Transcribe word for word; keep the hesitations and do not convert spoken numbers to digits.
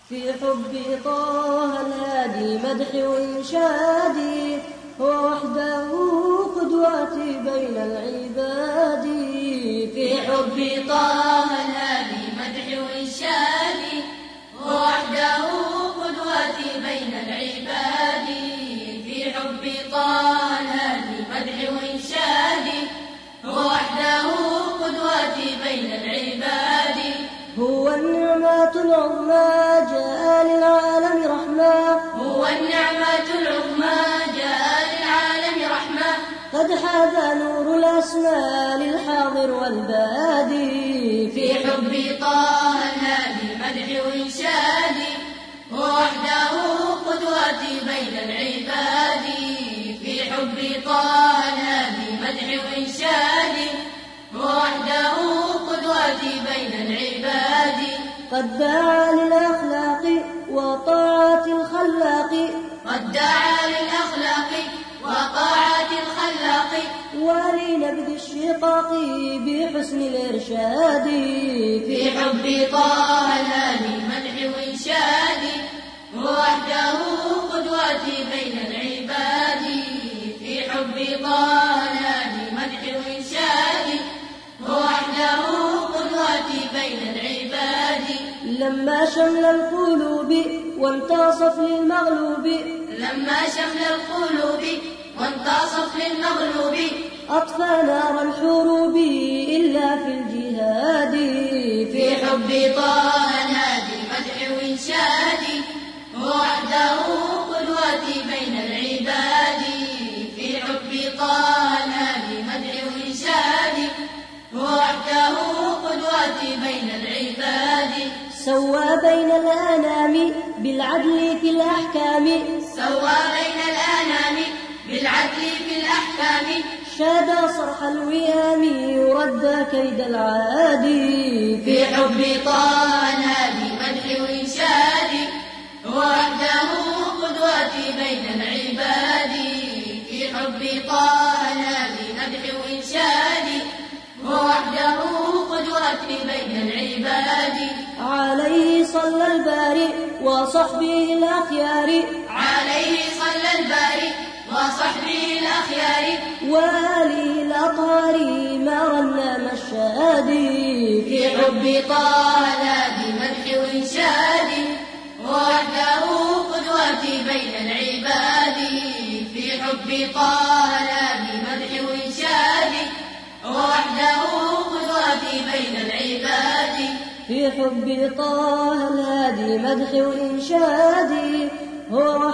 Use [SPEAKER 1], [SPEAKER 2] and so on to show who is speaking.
[SPEAKER 1] في حب طه الهادي مدح وإنشادي، هو وحده قدوتي بين العباد.
[SPEAKER 2] في حب طه الهادي مدح وإنشادي، هو وحده قدوتي بين العباد. في حب طه الهادي مدح وإنشادي، هو وحده قدوتي بين العباد.
[SPEAKER 1] هو النعمة العظمى جاء للعالم رحمة،
[SPEAKER 2] هو النعمة العظمى جاء للعالم رحمة.
[SPEAKER 1] قد حاز نور الأسماء للحاضر والبادي.
[SPEAKER 2] في حب طه الهادي مدح وإنشادي، هو وحده قدوتي بين العباد. في حب طه الهادي مدح وإنشادي، هو وحده قدوتي بين العباد.
[SPEAKER 1] قد دعا للأخلاق وطاعة الخلاق،
[SPEAKER 2] قد دعا للأخلاق وطاعة الخلاق،
[SPEAKER 1] ولنبذ الشقاق بحسن الإرشاد.
[SPEAKER 2] في حب طه الهادي مدح وإنشادي، هو وحده قدوتي بين العباد. في حب طه الهادي مدح وإنشادي، هو وحده قدوتي بين العباد.
[SPEAKER 1] لما شمل القلوب وانتصف للمغلوب،
[SPEAKER 2] لما شمل القلوب وانتصف للمغلوب،
[SPEAKER 1] أطفى نار الحروب إلا في الجهاد.
[SPEAKER 2] في حب طه الهادي مدح وإنشادي، هو وحده قدوتي بين العباد. في حب طه الهادي مدح وإنشادي، هو وحده قدوتي بين العباد.
[SPEAKER 1] سوى بين الأنام بالعدل في الأحكام،
[SPEAKER 2] سوى بين الأنام بالعدل في الأحكام.
[SPEAKER 1] شاد صرح الوئام ورد كيد العادي.
[SPEAKER 2] في حب طه الهادي مدح وإنشادي، هو وحده قدوتي بين العباد. في حب طه الهادي مدح وإنشادي، هو وحده قدوتي بين العباد.
[SPEAKER 1] عليه صلى الباري وصحبه الأخيار،
[SPEAKER 2] عليه صلى الباري وصحبه الأخيار،
[SPEAKER 1] وآله الأطهار ما رنم الشادي.
[SPEAKER 2] في حب طه الهادي مدح وإنشادي، هو وحده قدوتي بين العباد. في حب طه الهادي مدح وإنشادي، هو وحده قدوتي بين العباد.
[SPEAKER 1] في حب طه الهادي مدح وإنشادي، هو